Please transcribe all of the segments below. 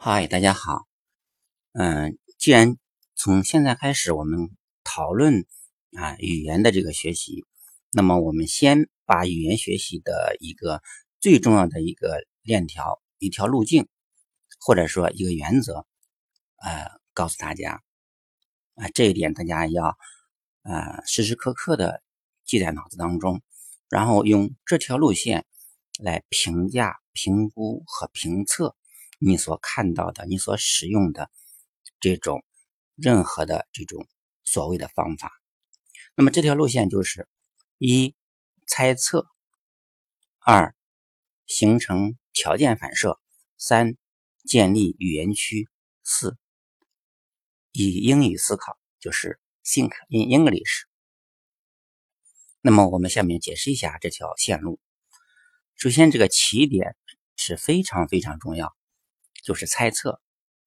嗨，大家好。既然从现在开始我们讨论语言的这个学习，那么我们先把语言学习的一个最重要的一个链条、一条路径，或者说一个原则，告诉大家这一点大家要时时刻刻的记在脑子当中，然后用这条路线来评价、评估和评测你所看到的、你所使用的这种任何的这种所谓的方法。那么这条路线就是一、猜测；二、形成条件反射；三、建立语言区；四、以英语思考，就是 Think in English。那么我们下面解释一下这条线路。首先，这个起点是非常非常重要，就是猜测。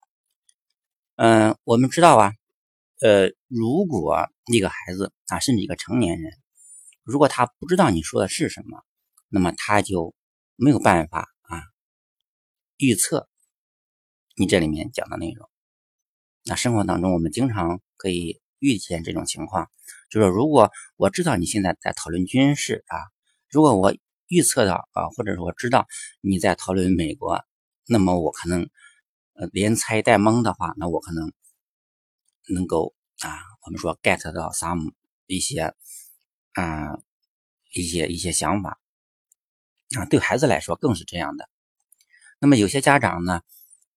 我们知道如果一个孩子甚至一个成年人，如果他不知道你说的是什么，那么他就没有办法预测你这里面讲的内容。那生活当中我们经常可以遇见这种情况，就是如果我知道你现在在讨论军事如果我预测到或者说我知道你在讨论美国，那么我可能连猜带蒙的话，那我可能能够我们说 get 到 some 一些一些想法对孩子来说更是这样的。那么有些家长呢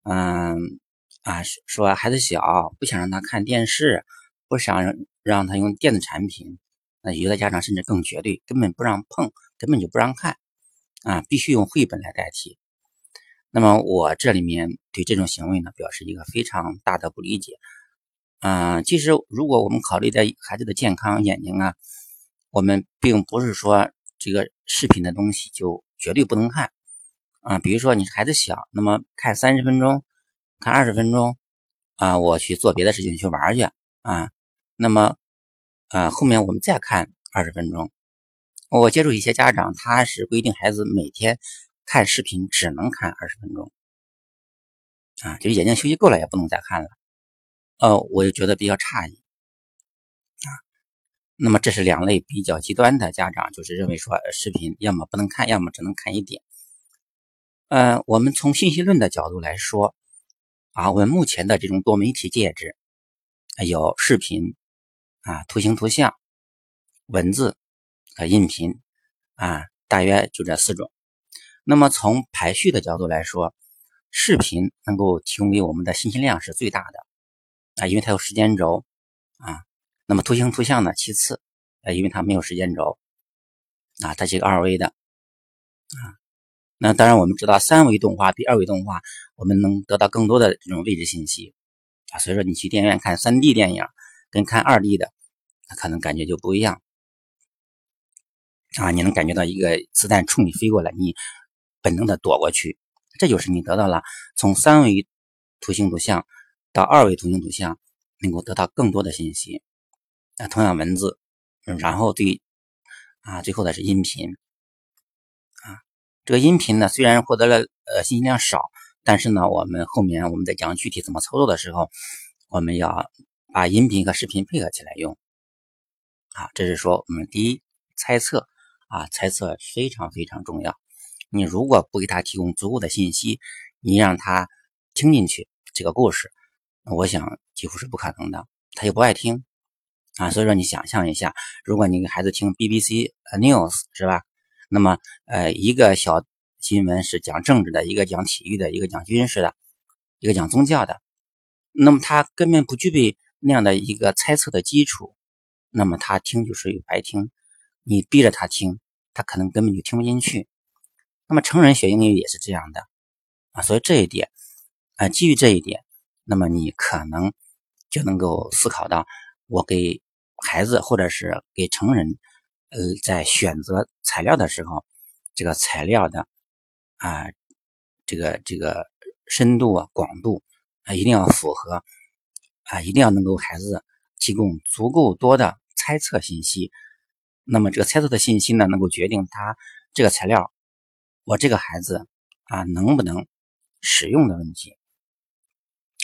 说孩子小，不想让他看电视，不想让他用电子产品，那有的家长甚至更绝对，根本不让碰，根本就不让看必须用绘本来代替。那么我这里面对这种行为呢表示一个非常大的不理解其实如果我们考虑到孩子的健康眼睛我们并不是说这个视频的东西就绝对不能看比如说你孩子小，那么看30分钟，看20分钟我去做别的事情去玩去那么后面我们再看20分钟。我接触一些家长，他是规定孩子每天看视频只能看20分钟就眼睛休息够了也不能再看了。我就觉得比较诧异那么这是两类比较极端的家长，就是认为说视频要么不能看，要么只能看一点。我们从信息论的角度来说我们目前的这种多媒体介质有视频图形图像、文字和音频大约就这4种。那么从排序的角度来说，视频能够提供给我们的信息量是最大的因为它有时间轴那么图形图像呢其次因为它没有时间轴它是一个2维的那当然我们知道3维动画比2维动画我们能得到更多的这种位置信息所以说你去电影院看 3D 电影跟看 2D 的可能感觉就不一样你能感觉到一个子弹冲你飞过来，你本能的躲过去，这就是你得到了从3维图形图像到2维图形图像能够得到更多的信息同样文字然后最后的是音频这个音频呢虽然获得了信息量少，但是呢我们后面我们在讲具体怎么操作的时候，我们要把音频和视频配合起来用这是说我们第一猜测猜测非常非常重要。你如果不给他提供足够的信息，你让他听进去这个故事，我想几乎是不可能的，他又不爱听所以说你想象一下，如果你给孩子听 BBC News 是吧，那么一个小新闻是讲政治的，一个讲体育的，一个讲军事的，一个讲宗教的，那么他根本不具备那样的一个猜测的基础，那么他听就是白听，你逼着他听，他可能根本就听不进去。那么成人学英语也是这样的所以这一点基于这一点，那么你可能就能够思考到我给孩子或者是给成人在选择材料的时候，这个材料的这个深度广度一定要符合一定要能够孩子提供足够多的猜测信息。那么这个猜测的信息呢，能够决定他这个材料我这个孩子能不能使用的问题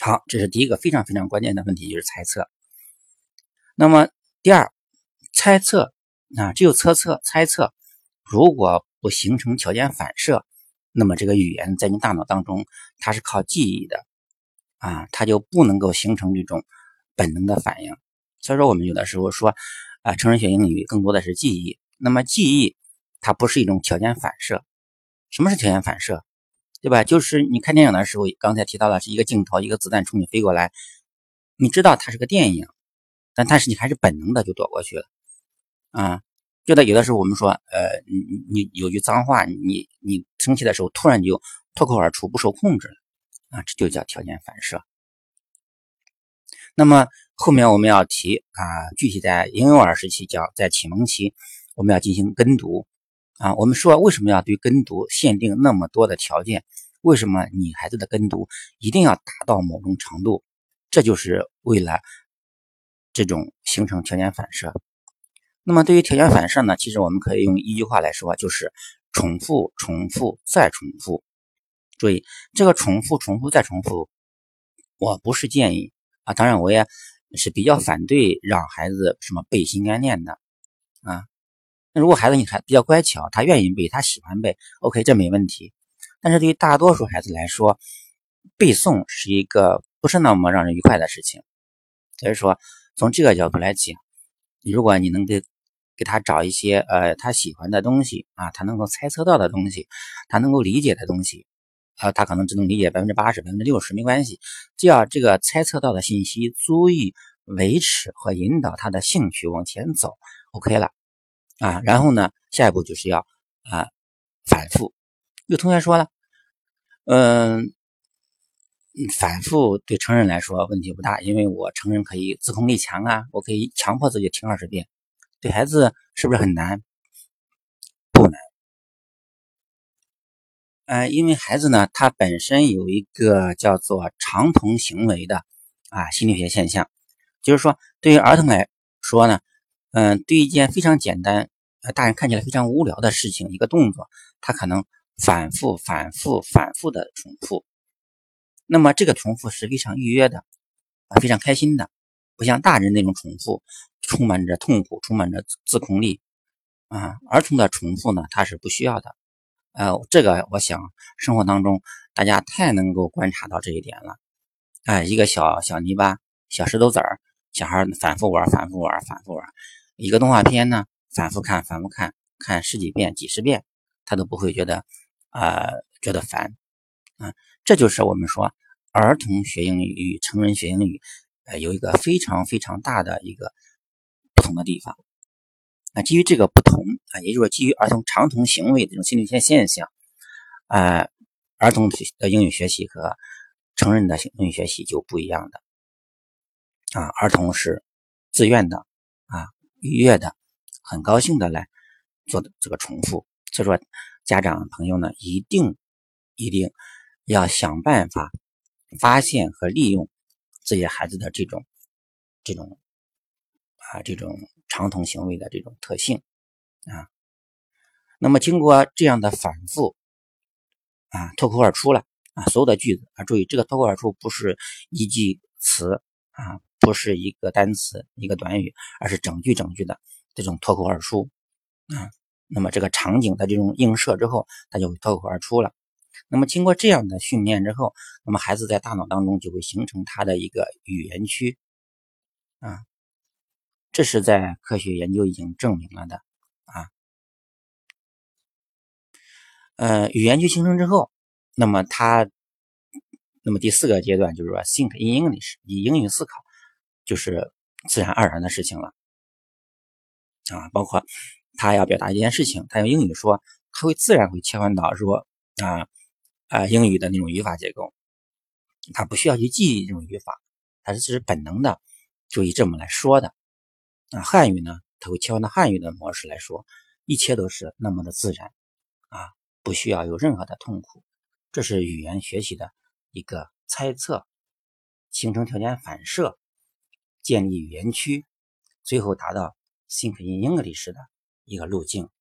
好，这是第一个非常非常关键的问题，就是猜测。那么第二，猜测只有猜测，如果不形成条件反射，那么这个语言在你大脑当中它是靠记忆的它就不能够形成这种本能的反应。所以说我们有的时候说成人学英语更多的是记忆，那么记忆它不是一种条件反射。什么是条件反射？对吧？就是你看电影的时候，刚才提到了是一个镜头，一个子弹冲你飞过来，你知道它是个电影，但是你还是本能的就躲过去了有的时候我们说你有句脏话，你生气的时候突然就脱口而出，不受控制了这就叫条件反射。那么后面我们要提具体在婴幼儿时期叫在启蒙期，我们要进行跟读我们说为什么要对跟读限定那么多的条件？为什么你孩子的跟读一定要达到某种程度？这就是为了这种形成条件反射。那么对于条件反射呢，其实我们可以用一句话来说，就是重复重复再重复。注意这个重复重复再重复，我不是建议当然我也是比较反对让孩子什么背心干练的那如果孩子你还比较乖巧，他愿意背，他喜欢背 OK 这没问题。但是对于大多数孩子来说，背诵是一个不是那么让人愉快的事情。所以说从这个角度来讲，如果你能给他找一些他喜欢的东西他能够猜测到的东西，他能够理解的东西他可能只能理解80%、60%没关系，只要这个猜测到的信息足以维持和引导他的兴趣往前走 OK 了然后呢下一步就是要反复。有同学说了反复对成人来说问题不大，因为我成人可以自控力强我可以强迫自己听20遍。对孩子是不是很难？不难因为孩子呢他本身有一个叫做长童行为的心理学现象，就是说对于儿童来说呢对一件非常简单大人看起来非常无聊的事情，一个动作他可能反复的重复，那么这个重复是非常愉悦的非常开心的，不像大人那种重复充满着痛苦，充满着自控力儿童的重复呢它是不需要的这个我想生活当中大家太能够观察到这一点了一个小泥巴小石头子儿，小孩反复玩一个动画片呢反复看看十几遍几十遍，他都不会觉得烦这就是我们说儿童学英语与成人学英语有一个非常非常大的一个不同的地方基于这个不同也就是说基于儿童长童行为的这种心理学现象儿童的英语学习和成人的英语学习就不一样的儿童是自愿的愉悦的，很高兴的来做的这个重复。所以说家长朋友呢一定要想办法发现和利用自己孩子的这种长童行为的这种特性那么经过这样的反复脱口而出了所有的句子注意这个脱口而出不是一句词不是一个单词一个短语，而是整句的这种脱口而出那么这个场景的这种映射之后，它就会脱口而出了。那么经过这样的训练之后，那么孩子在大脑当中就会形成他的一个语言区这是在科学研究已经证明了的语言区形成之后，那么第4个阶段就是说 think in English 以英语思考，就是自然而然的事情了包括他要表达一件事情，他用英语说，他会自然会切换到说英语的那种语法结构，他不需要去记忆这种语法，他只是本能的就以这么来说的汉语呢他会切换到汉语的模式来说，一切都是那么的自然不需要有任何的痛苦。这是语言学习的一个猜测，形成条件反射，建立语言区，最后达到 think in English 的一个路径